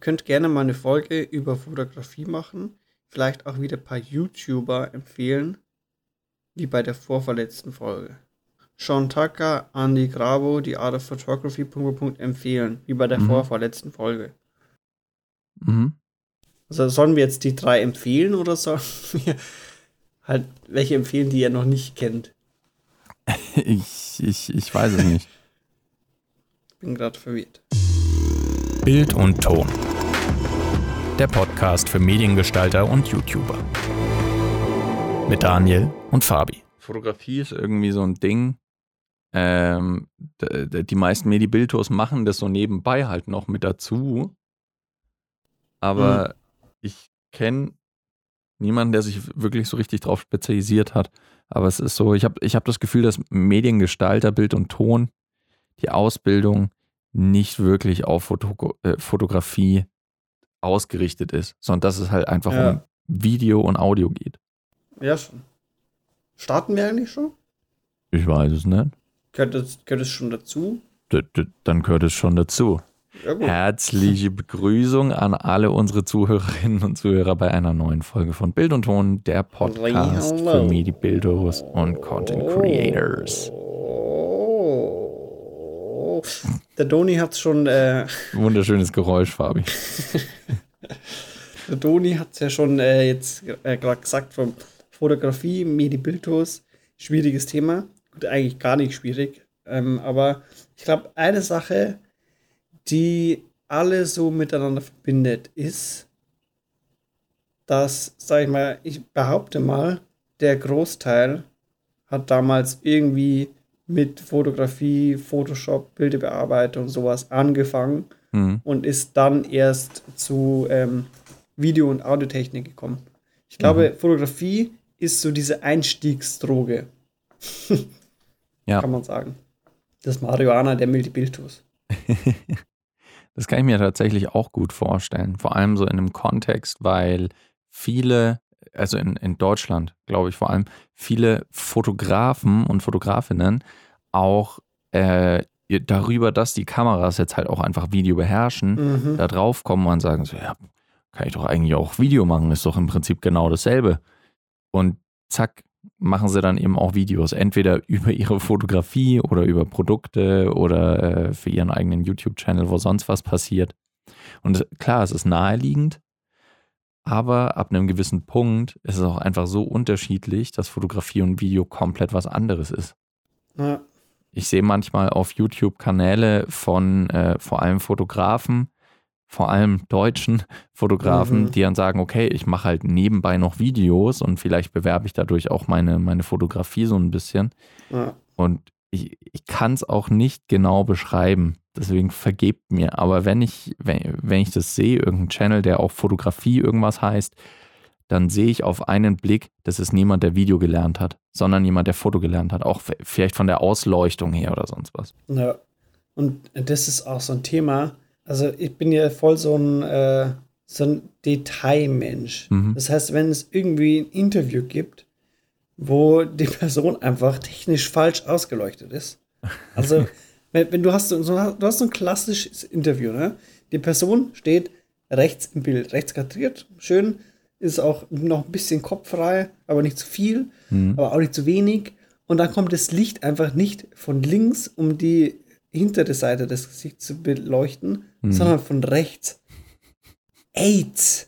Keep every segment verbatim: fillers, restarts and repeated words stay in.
könnt gerne mal eine Folge über Fotografie machen. Vielleicht auch wieder ein paar YouTuber empfehlen, wie bei der vorverletzten Folge. Sean Tucker, Andy Grabo, die Art of Photography, Punkt, Punkt, empfehlen, wie bei der Mhm. vorverletzten Folge. Mhm. Also sollen wir jetzt die drei empfehlen oder sollen wir halt welche empfehlen, die ihr noch nicht kennt? Ich, ich, ich weiß es nicht. Bin gerade verwirrt. Bild und Ton. Der Podcast für Mediengestalter und YouTuber. Mit Daniel und Fabi. Fotografie ist irgendwie so ein Ding. Ähm, d- d- die meisten Medi-Bildtours machen das so nebenbei halt noch mit dazu. Aber Mhm. ich kenne niemanden, der sich wirklich so richtig drauf spezialisiert hat. Aber es ist so, ich habe ich hab das Gefühl, dass Mediengestalter, Bild und Ton, die Ausbildung nicht wirklich auf Foto, äh, Fotografie ausgerichtet ist, sondern dass es halt einfach Ja. um Video und Audio geht. Ja, schon. Starten wir eigentlich schon? Ich weiß es nicht. Gehört es, gehört es schon dazu? D -d Dann gehört es schon dazu. Ja, gut. Herzliche Begrüßung an alle unsere Zuhörerinnen und Zuhörer bei einer neuen Folge von Bild und Ton, der Podcast Hallo. für Medi-Bildos und Content Creators. Oh. Der Doni hat schon, äh, Wunderschönes Geräusch, Fabi. der Doni hat es ja schon äh, jetzt äh, gerade gesagt, von Fotografie, Medi-Bildtours, schwieriges Thema. Gut, eigentlich gar nicht schwierig. Ähm, aber ich glaube, eine Sache, die alle so miteinander verbindet, ist, dass, sag ich mal, ich behaupte mal, der Großteil hat damals irgendwie mit Fotografie, Photoshop, Bilderbearbeitung, sowas angefangen Hm. und ist dann erst zu ähm, Video- und Audiotechnik gekommen. Ich glaube, Mhm. Fotografie ist so diese Einstiegsdroge, Ja. kann man sagen. Das Marihuana der Multibildtours. Das kann ich mir tatsächlich auch gut vorstellen. Vor allem so in einem Kontext, weil viele, also in, in Deutschland, glaube ich vor allem, viele Fotografen und Fotografinnen auch äh, darüber, dass die Kameras jetzt halt auch einfach Video beherrschen, Mhm. da drauf kommen und sagen so, ja, kann ich doch eigentlich auch Video machen, ist doch im Prinzip genau dasselbe. Und zack, machen sie dann eben auch Videos, entweder über ihre Fotografie oder über Produkte oder äh, für ihren eigenen YouTube-Channel, wo sonst was passiert. Und klar, es ist naheliegend, aber ab einem gewissen Punkt ist es auch einfach so unterschiedlich, dass Fotografie und Video komplett was anderes ist. Ja. Ich sehe manchmal auf YouTube Kanäle von äh, vor allem Fotografen, vor allem deutschen Fotografen, Mhm. die dann sagen, okay, ich mache halt nebenbei noch Videos und vielleicht bewerbe ich dadurch auch meine, meine Fotografie so ein bisschen. Ja. Und ich, ich kann es auch nicht genau beschreiben, deswegen vergebt mir. Aber wenn ich, wenn, wenn ich das sehe, irgendein Channel, der auch Fotografie irgendwas heißt, dann sehe ich auf einen Blick, das ist niemand, der Video gelernt hat, sondern jemand, der Foto gelernt hat. Auch f- vielleicht von der Ausleuchtung her oder sonst was. Ja. Und das ist auch so ein Thema. Also ich bin ja voll so ein, äh, so ein Detailmensch. Mhm. Das heißt, wenn es irgendwie ein Interview gibt, wo die Person einfach technisch falsch ausgeleuchtet ist. Also, wenn, wenn du hast so, so- du hast so ein klassisches Interview, ne? Die Person steht rechts im Bild, rechts kadriert, schön, ist auch noch ein bisschen kopffrei, aber nicht zu viel, Mhm. aber auch nicht zu wenig. Und dann kommt das Licht einfach nicht von links, um die hintere Seite des Gesichts zu beleuchten, Mhm. sondern von rechts. AIDS!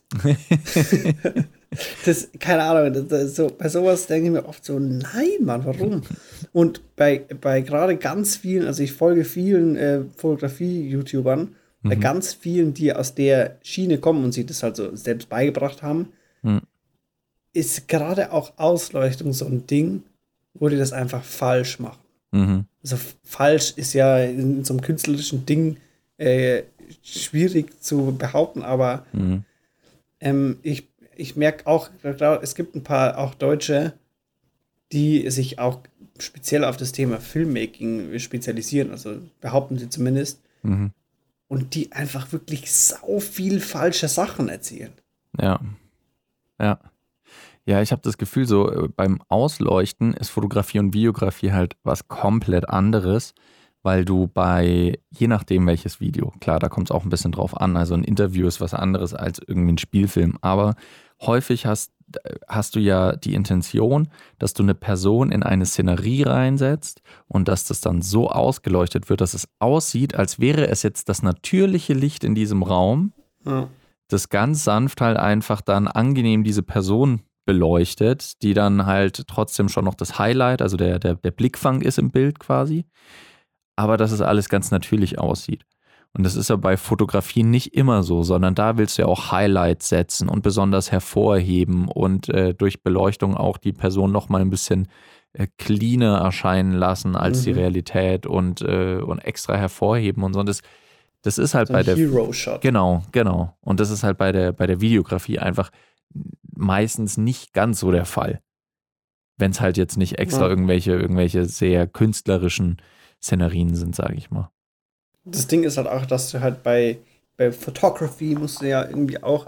Das, keine Ahnung, das, das, so, bei sowas denke ich mir oft so, nein, Mann, warum? Und bei, bei gerade ganz vielen, also ich folge vielen äh, Fotografie-YouTubern, bei Mhm. ganz vielen, die aus der Schiene kommen und sich das halt so selbst beigebracht haben, Mhm. ist gerade auch Ausleuchtung so ein Ding, wo die das einfach falsch machen. Mhm. Also f- falsch ist ja in so einem künstlerischen Ding äh, schwierig zu behaupten, aber Mhm. ähm, ich, ich merke auch, es gibt ein paar auch Deutsche, die sich auch speziell auf das Thema Filmmaking spezialisieren, also behaupten sie zumindest, Mhm. und die einfach wirklich sau viel falsche Sachen erzählen. Ja. Ja. Ja, ich habe das Gefühl, so äh, beim Ausleuchten ist Fotografie und Videografie halt was komplett anderes, weil du bei, je nachdem welches Video, klar, da kommt es auch ein bisschen drauf an, also ein Interview ist was anderes als irgendwie ein Spielfilm, aber häufig hast, hast du ja die Intention, dass du eine Person in eine Szenerie reinsetzt und dass das dann so ausgeleuchtet wird, dass es aussieht, als wäre es jetzt das natürliche Licht in diesem Raum, Ja. das ganz sanft halt einfach dann angenehm diese Person beleuchtet, die dann halt trotzdem schon noch das Highlight, also der, der, der Blickfang ist im Bild quasi, aber dass es alles ganz natürlich aussieht. Und das ist ja bei Fotografie nicht immer so, sondern da willst du ja auch Highlights setzen und besonders hervorheben und äh, durch Beleuchtung auch die Person nochmal ein bisschen äh, cleaner erscheinen lassen als Mhm. die Realität und, äh, und extra hervorheben und so. Und das, das ist halt So bei ein der Hero-Shot. Genau, genau. Und das ist halt bei der, bei der Videografie einfach meistens nicht ganz so der Fall. Wenn es halt jetzt nicht extra Ja. irgendwelche, irgendwelche sehr künstlerischen Szenerien sind, sage ich mal. Das Ding ist halt auch, dass du halt bei, bei Photography musst du ja irgendwie auch,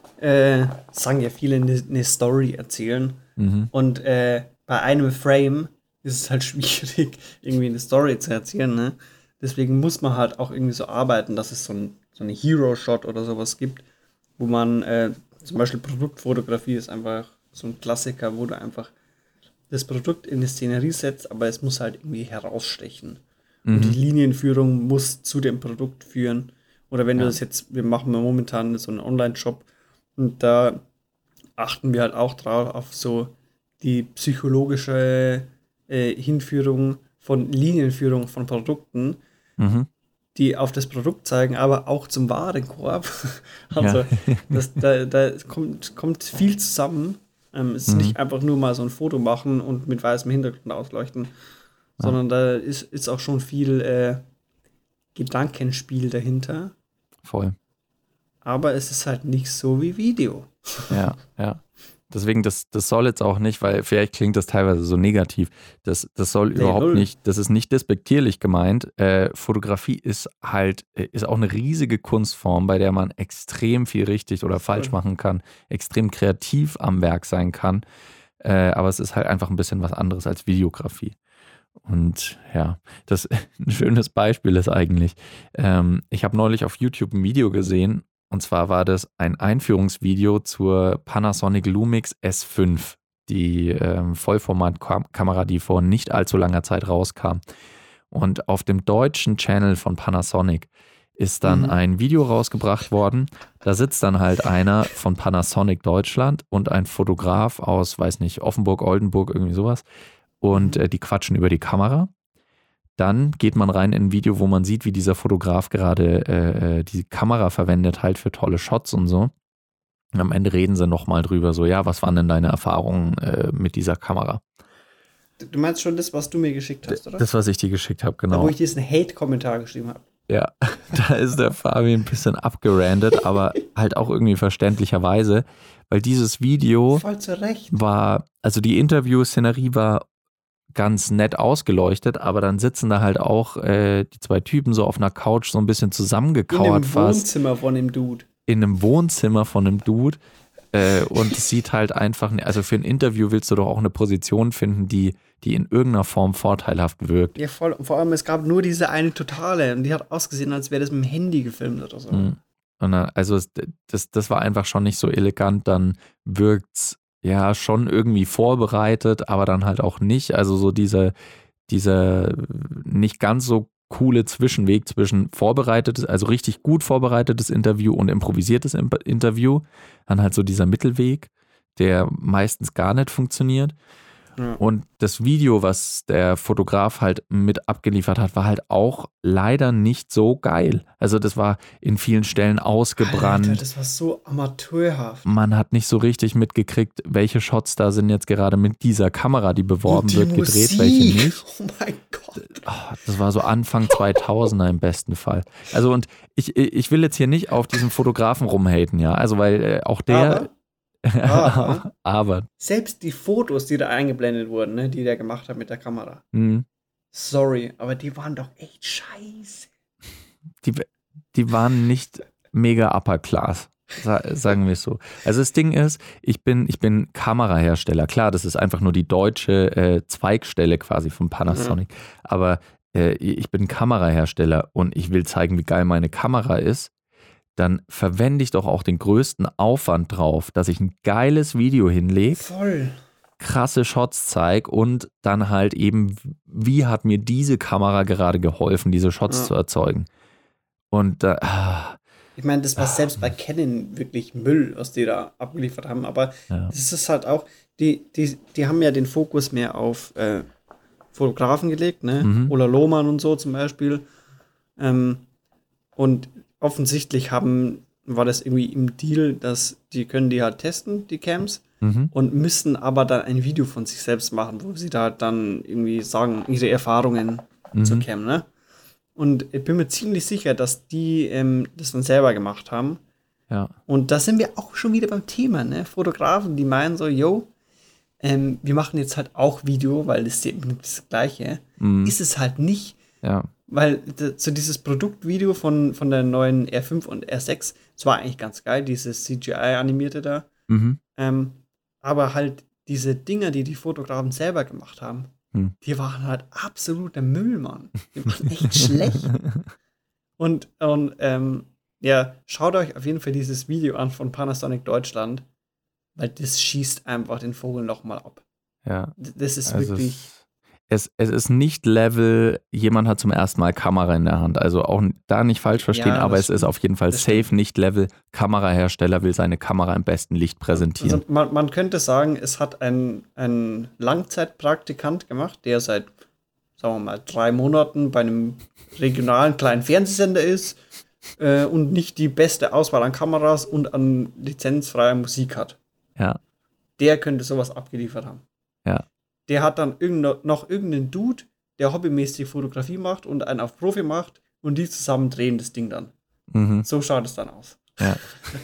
äh, sagen ja viele, eine ne Story erzählen. Mhm. Und äh, bei einem Frame ist es halt schwierig, irgendwie eine Story zu erzählen. Ne? Deswegen muss man halt auch irgendwie so arbeiten, dass es so, ein, so eine Hero-Shot oder sowas gibt, wo man äh, zum Beispiel Produktfotografie ist einfach so ein Klassiker, wo du einfach das Produkt in eine Szenerie setzt, aber es muss halt irgendwie herausstechen. Und die Linienführung muss zu dem Produkt führen. Oder wenn Ja. du das jetzt, wir machen momentan so einen Online-Shop und da achten wir halt auch drauf auf so die psychologische äh, Hinführung von Linienführung von Produkten, Mhm. die auf das Produkt zeigen, aber auch zum Warenkorb. Also Ja. das, da, da kommt, kommt viel zusammen. Ähm, es ist Mhm. nicht einfach nur mal so ein Foto machen und mit weißem Hintergrund ausleuchten, Ja. sondern da ist, ist auch schon viel äh, Gedankenspiel dahinter. Voll. Aber es ist halt nicht so wie Video. Ja, ja. Deswegen, das, das soll jetzt auch nicht, weil vielleicht klingt das teilweise so negativ. Das, das soll Nee, überhaupt null. nicht, das ist nicht despektierlich gemeint. Äh, Fotografie ist halt, äh, ist auch eine riesige Kunstform, bei der man extrem viel richtig oder falsch Voll. machen kann, extrem kreativ am Werk sein kann. Äh, aber es ist halt einfach ein bisschen was anderes als Videografie. Und ja, das ein schönes Beispiel ist eigentlich, ähm, ich habe neulich auf YouTube ein Video gesehen, und zwar war das ein Einführungsvideo zur Panasonic Lumix S fünf, die ähm, Vollformatkamera, die vor nicht allzu langer Zeit rauskam. Und auf dem deutschen Channel von Panasonic ist dann Mhm. ein Video rausgebracht worden. Da sitzt dann halt einer von Panasonic Deutschland und ein Fotograf aus, weiß nicht, Offenburg, Oldenburg, irgendwie sowas. Und äh, die quatschen über die Kamera. Dann geht man rein in ein Video, wo man sieht, wie dieser Fotograf gerade äh, die Kamera verwendet, halt für tolle Shots und so. Und am Ende reden sie nochmal drüber, so, ja, was waren denn deine Erfahrungen äh, mit dieser Kamera? Du meinst schon das, was du mir geschickt hast, oder? Das, was ich dir geschickt habe, Da, genau. wo ich diesen Hate-Kommentar geschrieben habe. Ja, da ist der Fabi ein bisschen abgerandet, aber halt auch irgendwie verständlicherweise, weil dieses Video Voll zu Recht. war, also die Interview-Szenerie war ganz nett ausgeleuchtet, aber dann sitzen da halt auch äh, die zwei Typen so auf einer Couch so ein bisschen In zusammengekauert dem fast. Wohnzimmer von dem Dude. In einem Wohnzimmer von einem Dude äh, und es sieht halt einfach, also für ein Interview willst du doch auch eine Position finden, die, die in irgendeiner Form vorteilhaft wirkt. Ja, voll. Und vor allem, es gab nur diese eine Totale und die hat ausgesehen, als wäre das mit dem Handy gefilmt oder so. Mhm. Und dann, also es- das, das war einfach schon nicht so elegant, dann wirkt's ja schon irgendwie vorbereitet, aber dann halt auch nicht. Also so diese, dieser nicht ganz so coole Zwischenweg zwischen vorbereitetes, also richtig gut vorbereitetes Interview und improvisiertes Im- Interview. Dann halt so dieser Mittelweg, der meistens gar nicht funktioniert. Ja. Und das Video, was der Fotograf halt mit abgeliefert hat, war halt auch leider nicht so geil. Also das war in vielen Stellen ausgebrannt. Alter, das war so amateurhaft. Man hat nicht so richtig mitgekriegt, welche Shots da sind jetzt gerade mit dieser Kamera, die beworben Und die wird, gedreht, Musik. welche nicht. Oh mein Gott. Ah, das war so Anfang zweitausender im besten Fall. Also und ich, ich will jetzt hier nicht auf diesen Fotografen rumhaten, ja. Also weil äh, auch der... Aber- aber Selbst die Fotos, die da eingeblendet wurden, ne, die der gemacht hat mit der Kamera. mh, Sorry, aber die waren doch echt scheiße. die, die waren nicht mega upper class, sa- sagen wir es so. Also das Ding ist, ich bin, ich bin Kamerahersteller. Klar, das ist einfach nur die deutsche äh, Zweigstelle quasi von Panasonic. Aber äh, ich bin Kamerahersteller und ich will zeigen, wie geil meine Kamera ist, dann verwende ich doch auch den größten Aufwand drauf, dass ich ein geiles Video hinlege, Voll. krasse Shots zeige und dann halt eben, wie hat mir diese Kamera gerade geholfen, diese Shots Ja. zu erzeugen. Und da, ah, Ich meine, das war selbst bei Canon wirklich Müll, was die da abgeliefert haben. Aber Ja. das ist halt auch, die, die, die haben ja den Fokus mehr auf äh, Fotografen gelegt, ne? Mhm. Ola Lohmann und so zum Beispiel. Ähm, und offensichtlich haben, war das irgendwie im Deal, dass die können die halt testen, die Cams, mhm. und müssen aber dann ein Video von sich selbst machen, wo sie da dann irgendwie sagen, ihre Erfahrungen Mhm. zur Cam, ne? Und ich bin mir ziemlich sicher, dass die ähm, das dann selber gemacht haben. Ja. Und da sind wir auch schon wieder beim Thema, ne? Fotografen, die meinen so, yo, ähm, wir machen jetzt halt auch Video, weil das ist ja eben das Gleiche. Mhm. Ist es halt nicht, Ja. weil d- so dieses Produktvideo von, von der neuen R fünf und R sechs, das war eigentlich ganz geil, dieses C G I-animierte da. Mhm. Ähm, aber halt diese Dinger, die die Fotografen selber gemacht haben, Hm. die waren halt absoluter Müll, Mann. Die waren echt schlecht. Und, und ähm, ja, schaut euch auf jeden Fall dieses Video an von Panasonic Deutschland, weil das schießt einfach den Vogel nochmal ab. Ja. D- Das ist Also wirklich. es, es ist nicht Level, jemand hat zum ersten Mal Kamera in der Hand. Also auch da nicht falsch verstehen, Ja, aber das es ist stimmt. auf jeden Fall Das safe stimmt. nicht Level. Kamerahersteller will seine Kamera im besten Licht präsentieren. Also man, man könnte sagen, es hat ein, ein Langzeitpraktikant gemacht, der seit, sagen wir mal, drei Monaten bei einem regionalen kleinen Fernsehsender ist äh, und nicht die beste Auswahl an Kameras und an lizenzfreier Musik hat. Ja, Der könnte sowas abgeliefert haben. ja. Der hat dann irgende, noch irgendeinen Dude, der hobbymäßig Fotografie macht und einen auf Profi macht und die zusammen drehen das Ding dann. Mhm. So schaut es dann aus. Ja.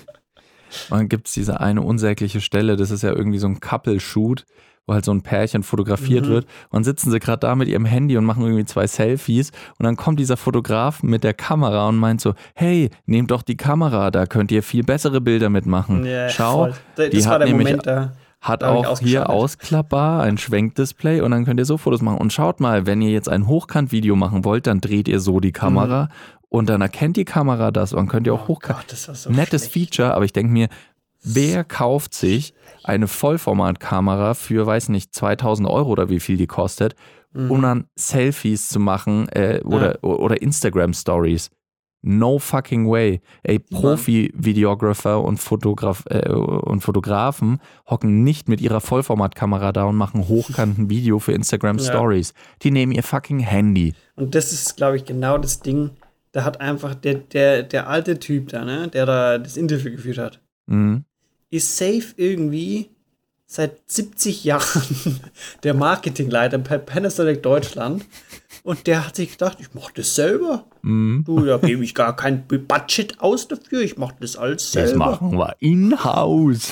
Und dann gibt es diese eine unsägliche Stelle, das ist ja irgendwie so ein Couple-Shoot, wo halt so ein Pärchen fotografiert Mhm. wird. Und dann sitzen sie gerade da mit ihrem Handy und machen irgendwie zwei Selfies. Und dann kommt dieser Fotograf mit der Kamera und meint so, hey, nehmt doch die Kamera, da könnt ihr viel bessere Bilder mitmachen. Ja, Schau, voll. Das die war hat der nämlich Moment da. hat Da hab ich auch hier ausgeschaltet. ausklappbar, ein Schwenkdisplay und dann könnt ihr so Fotos machen. Und schaut mal, wenn ihr jetzt ein Hochkant-Video machen wollt, dann dreht ihr so die Kamera und dann erkennt die Kamera das und dann könnt ihr auch Oh hochkant. Gott, das war so Nettes schlecht. Feature, aber ich denke mir, wer kauft sich eine Vollformatkamera für, weiß nicht, zweitausend Euro oder wie viel die kostet, Mhm. um dann Selfies zu machen äh, oder, oder Instagram-Stories? No fucking way. Ey, Profi-Videographer und, Fotograf, äh, und Fotografen hocken nicht mit ihrer Vollformatkamera da und machen hochkanten Video für Instagram-Stories. Die nehmen ihr fucking Handy. Und das ist, glaube ich, genau das Ding. Da hat einfach der, der, der alte Typ da, ne, der da das Interview geführt hat, Mhm. ist safe irgendwie seit siebzig Jahren der Marketingleiter bei Panasonic Deutschland. Und der hat sich gedacht, ich mach das selber. Mhm. Du, da gebe ich gar kein Budget aus dafür. Ich mach das alles Das selber. machen wir in-house.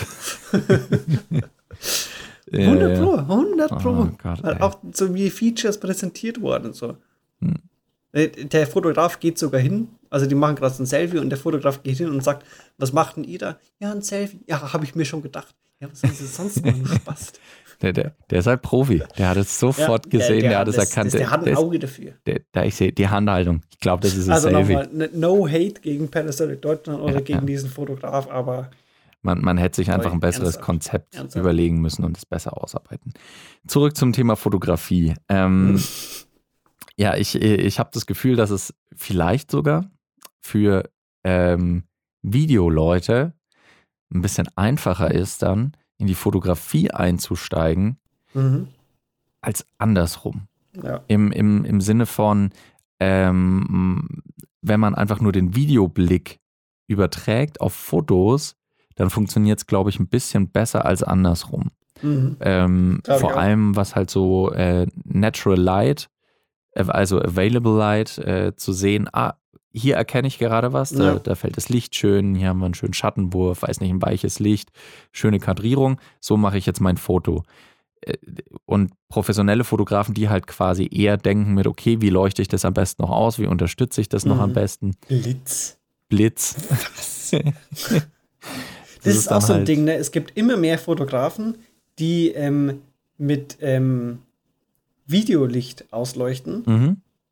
hundert Pro, hundert Pro. Oh Gott, Weil ey. auch so wie Features präsentiert wurden. So. Hm. Der, der Fotograf geht sogar hin, also die machen gerade so ein Selfie und der Fotograf geht hin und sagt, was macht denn ihr da? Ja, ein Selfie. Ja, habe ich mir schon gedacht. Ja, was ist das sonst machen, du Spast? Der, der, der ist halt Profi. Der hat es sofort Ja, gesehen, der, hat es das, erkannt. Das, der hat ein der ist- Auge dafür. Der, da ich sehe die Handhaltung. Ich glaube, das ist ein Also Selfie. nochmal, ne- no hate gegen Panasonic Deutschland oder Ja, gegen ja. diesen Fotograf, aber Man, man hätte sich einfach Oi, ein besseres ernsthaft? Konzept Ernsthaft? überlegen müssen und es besser ausarbeiten. Zurück zum Thema Fotografie. Ähm, ja, ich, ich habe das Gefühl, dass es vielleicht sogar für ähm, Videoleute ein bisschen einfacher ist, dann in die Fotografie einzusteigen, mhm. als andersrum. ja. Im, im, im Sinne von, ähm, wenn man einfach nur den Videoblick überträgt auf Fotos, dann funktioniert es, glaube ich, ein bisschen besser als andersrum. Mhm. Ähm, Glaub ich vor auch. allem, was halt so äh, Natural Light, äh, also Available Light, äh, zu sehen, ah, hier erkenne ich gerade was, da, Ja. da fällt das Licht schön, hier haben wir einen schönen Schattenwurf, weiß nicht, ein weiches Licht, schöne Kadrierung, so mache ich jetzt mein Foto. Äh, Und professionelle Fotografen, die halt quasi eher denken mit, okay, wie leuchte ich das am besten noch aus, wie unterstütze ich das noch Mhm. am besten? Blitz. Blitz. Was? Das, ist auch dann so ein halt- Ding, ne? Es gibt immer mehr Fotografen, die ähm, mit ähm, Videolicht ausleuchten. Mhm.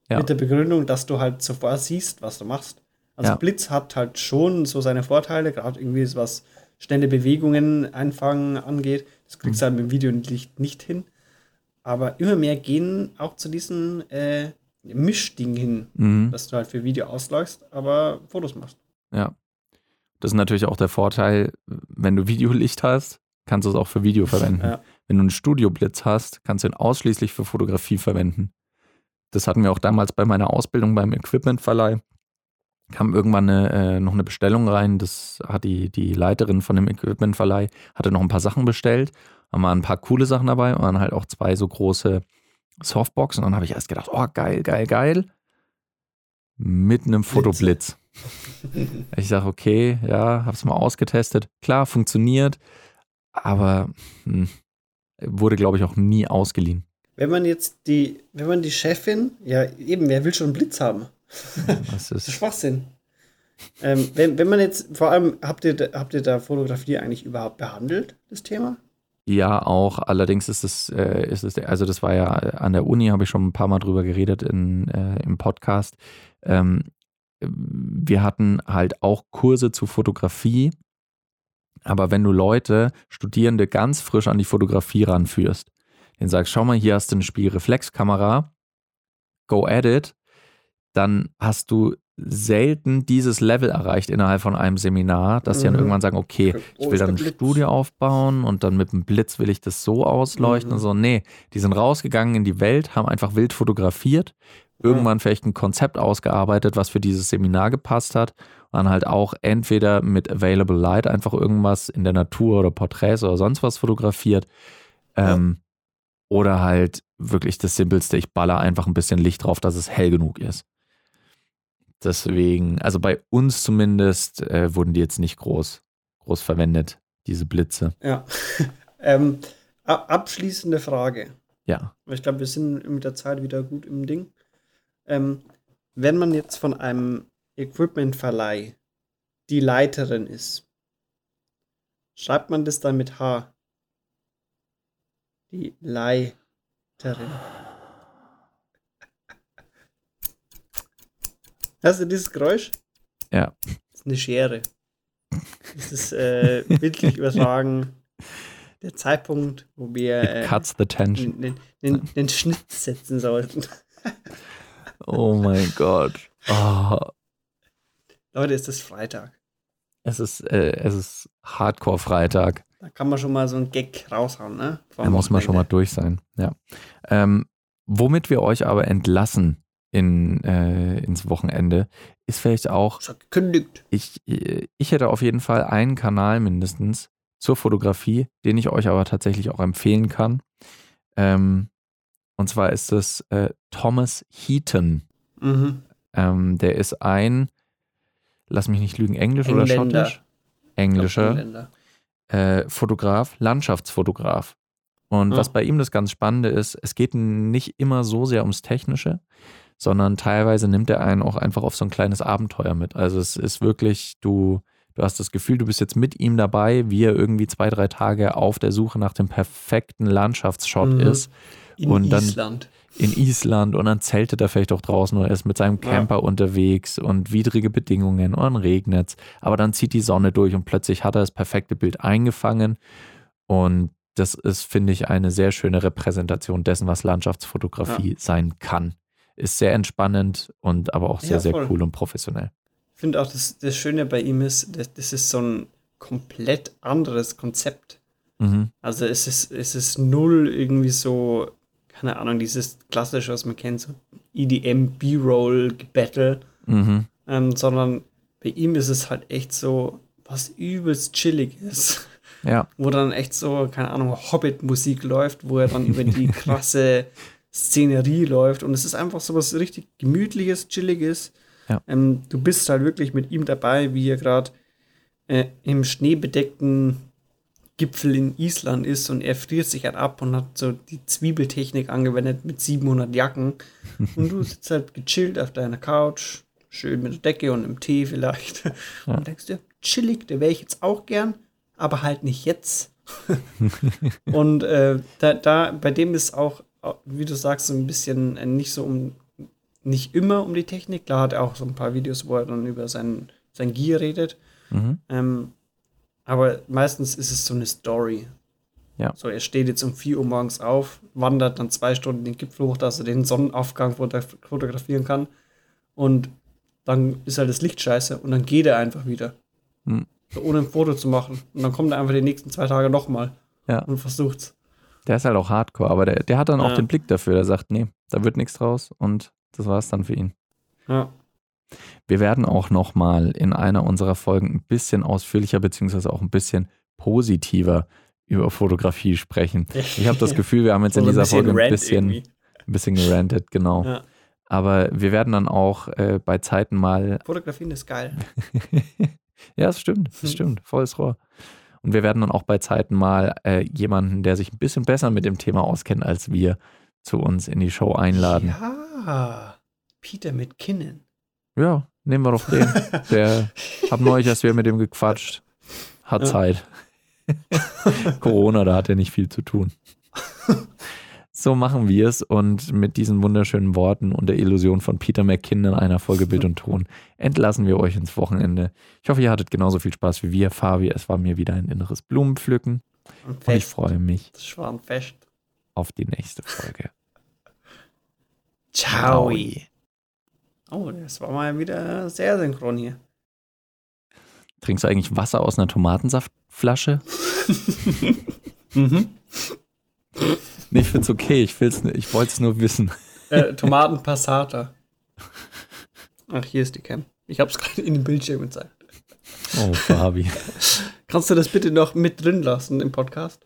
Ja. Mit der Begründung, dass du halt sofort siehst, was du machst. Also Ja. Blitz hat halt schon so seine Vorteile, gerade irgendwie was schnelle Bewegungen einfangen angeht. Das kriegst du halt mit dem Video nicht, nicht hin. Aber immer mehr gehen auch zu diesem äh, Mischding hin, Mhm. dass du halt für Video ausleuchtest, aber Fotos machst. Ja. Das ist natürlich auch der Vorteil, wenn du Videolicht hast, kannst du es auch für Video verwenden. Ja. Wenn du einen Studioblitz hast, kannst du ihn ausschließlich für Fotografie verwenden. Das hatten wir auch damals bei meiner Ausbildung beim Equipmentverleih. Kam irgendwann eine, äh, noch eine Bestellung rein. Das hat die, die Leiterin von dem Equipmentverleih, hatte noch ein paar Sachen bestellt. Da waren ein paar coole Sachen dabei und dann halt auch zwei so große Softboxen. Und dann habe ich erst gedacht, oh geil, geil, geil. Mit einem Fotoblitz. Ich sage, okay, ja, habe es mal ausgetestet. Klar, funktioniert, aber hm, wurde, glaube ich, auch nie ausgeliehen. Wenn man jetzt die, wenn man die Chefin, ja eben, wer will schon einen Blitz haben? Das Das ist ist, Schwachsinn. ähm, wenn, wenn man jetzt, vor allem, habt ihr, da- habt ihr da Fotografie eigentlich überhaupt behandelt, das Thema? ja, auch. Allerdings ist es, äh, ist es, also das war ja an der Uni, habe ich schon ein paar Mal drüber geredet in, äh, im Podcast. Ähm, wir hatten halt auch Kurse zu Fotografie, aber wenn du Leute, Studierende ganz frisch an die Fotografie ranführst, denen sagst, schau mal, hier hast du eine Spiegelreflexkamera, go at it, dann hast du selten dieses Level erreicht innerhalb von einem Seminar, dass sie dann Mhm. irgendwann sagen, okay, ich will dann ein Blitz. Studio aufbauen und dann mit dem Blitz will ich das so ausleuchten Mhm. und so. Nee, die sind rausgegangen in die Welt, haben einfach wild fotografiert, irgendwann vielleicht ein Konzept ausgearbeitet, was für dieses Seminar gepasst hat und dann halt auch entweder mit Available Light einfach irgendwas in der Natur oder Porträts oder sonst was fotografiert ähm, oder halt wirklich das Simpelste, ich baller einfach ein bisschen Licht drauf, dass es hell genug ist. Deswegen, also bei uns zumindest, äh, wurden die jetzt nicht groß, groß verwendet, diese Blitze. Ja. ähm, a- abschließende Frage. Ja. Ich glaube, wir sind mit der Zeit wieder gut im Ding. Ähm, wenn man jetzt von einem Equipmentverleih die Leiterin ist, schreibt man das dann mit H? Die Leiterin. Hast du dieses Geräusch? Ja. Das ist eine Schere. Das ist äh, bildlich übertragen der Zeitpunkt, wo wir It äh, cuts the tension. den, den, den Schnitt setzen sollten. Oh mein Gott. Oh, Leute, ist das Freitag. es ist, äh, es ist Hardcore-Freitag. Da kann man schon mal so einen Gag raushauen, ne? Da muss man schon mal durch sein. Ja. Ähm, womit wir euch aber entlassen in, äh, ins Wochenende, ist vielleicht auch, Schon gekündigt. ich, ich hätte auf jeden Fall einen Kanal mindestens zur Fotografie, den ich euch aber tatsächlich auch empfehlen kann. Ähm, und zwar ist es äh, Thomas Heaton. Mhm. Ähm, der ist ein, lass mich nicht lügen, Englisch oder Engländer. Schottisch? Englischer Engländer. äh, Fotograf, Landschaftsfotograf. Und Ah. was bei ihm das ganz Spannende ist, es geht nicht immer so sehr ums Technische, sondern teilweise nimmt er einen auch einfach auf so ein kleines Abenteuer mit. Also es ist wirklich, du, du hast das Gefühl, du bist jetzt mit ihm dabei, wie er irgendwie zwei, drei Tage auf der Suche nach dem perfekten Landschaftsshot Mhm. ist. In Und dann- Island. In Island und dann zeltet er vielleicht auch draußen oder ist mit seinem Ja. Camper unterwegs und widrige Bedingungen und dann regnet's. Aber dann zieht die Sonne durch und plötzlich hat er das perfekte Bild eingefangen. Und das ist, finde ich, eine sehr schöne Repräsentation dessen, was Landschaftsfotografie sein kann. Ist sehr entspannend und aber auch sehr, Ja, sehr voll. cool und professionell. Ich finde auch, das, das Schöne bei ihm ist, das, das ist so ein komplett anderes Konzept. Mhm. Also es ist, es ist null irgendwie so, keine Ahnung, dieses klassische, was man kennt, so E D M, B-Roll, Battle, Mhm. ähm, sondern bei ihm ist es halt echt so, was übelst chillig ist. Ja. Wo dann echt so, keine Ahnung, Hobbit-Musik läuft, wo er dann über die krasse Szenerie läuft und es ist einfach so was richtig Gemütliches, Chilliges. Ja. Ähm, du bist halt wirklich mit ihm dabei, wie er gerade äh, im schneebedeckten Gipfel in Island ist und er friert sich halt ab und hat so die Zwiebeltechnik angewendet mit siebenhundert Jacken und du sitzt halt gechillt auf deiner Couch, schön mit der Decke und einem Tee vielleicht Ja. und denkst dir, chillig, da wäre ich jetzt auch gern, aber halt nicht jetzt. Und äh, da, da, bei dem ist auch, wie du sagst, so ein bisschen äh, nicht so um nicht immer um die Technik. Klar hat er auch so ein paar Videos, wo er dann über sein, sein Gear redet. Mhm. Ähm, aber meistens ist es so eine Story. Ja. So, er steht jetzt um vier Uhr morgens auf, wandert dann zwei Stunden den Gipfel hoch, dass er den Sonnenaufgang fotografieren kann. Und dann ist halt das Licht scheiße und dann geht er einfach wieder. Mhm. So, ohne ein Foto zu machen. Und dann kommt er einfach die nächsten zwei Tage nochmal Ja. und versucht's. Der ist halt auch Hardcore, aber der, der hat dann auch Ja. den Blick dafür. Der sagt, nee, da wird nichts draus und das war's dann für ihn. Ja. Wir werden auch nochmal in einer unserer Folgen ein bisschen ausführlicher beziehungsweise auch ein bisschen positiver über Fotografie sprechen. Ich habe das Gefühl, wir haben jetzt So in ein dieser bisschen Folge ein Rant bisschen, irgendwie. ein bisschen gerantet, genau. Ja. Aber wir werden dann auch äh, bei Zeiten mal Fotografien ist geil. ja, das stimmt, das stimmt, volles Rohr. Und wir werden dann auch bei Zeiten mal äh, jemanden, der sich ein bisschen besser mit dem Thema auskennt als wir, zu uns in die Show einladen. Ja, Peter McKinnon. Ja, nehmen wir doch den. Der, hab neulich erst wieder mit dem gequatscht. Hat Ja. Zeit. Corona, da hat er nicht viel zu tun. So machen wir es und mit diesen wunderschönen Worten und der Illusion von Peter McKinnon in einer Folge Bild und Ton entlassen wir euch ins Wochenende. Ich hoffe, ihr hattet genauso viel Spaß wie wir, Fabi. Es war mir wieder ein inneres Blumenpflücken Ein und ich Fest. freue mich Das war ein Fest. auf die nächste Folge. Ciao. Oh, das war mal wieder sehr synchron hier. Trinkst du eigentlich Wasser aus einer Tomatensaftflasche? Mhm. Nee, ich find's okay. Ich, will's, ich wollte es nur wissen. Äh, Tomatenpassata. Ach, hier ist die Cam. Ich hab's gerade in den Bildschirm gezeigt. Oh, Fabi. Kannst du das bitte noch mit drin lassen im Podcast?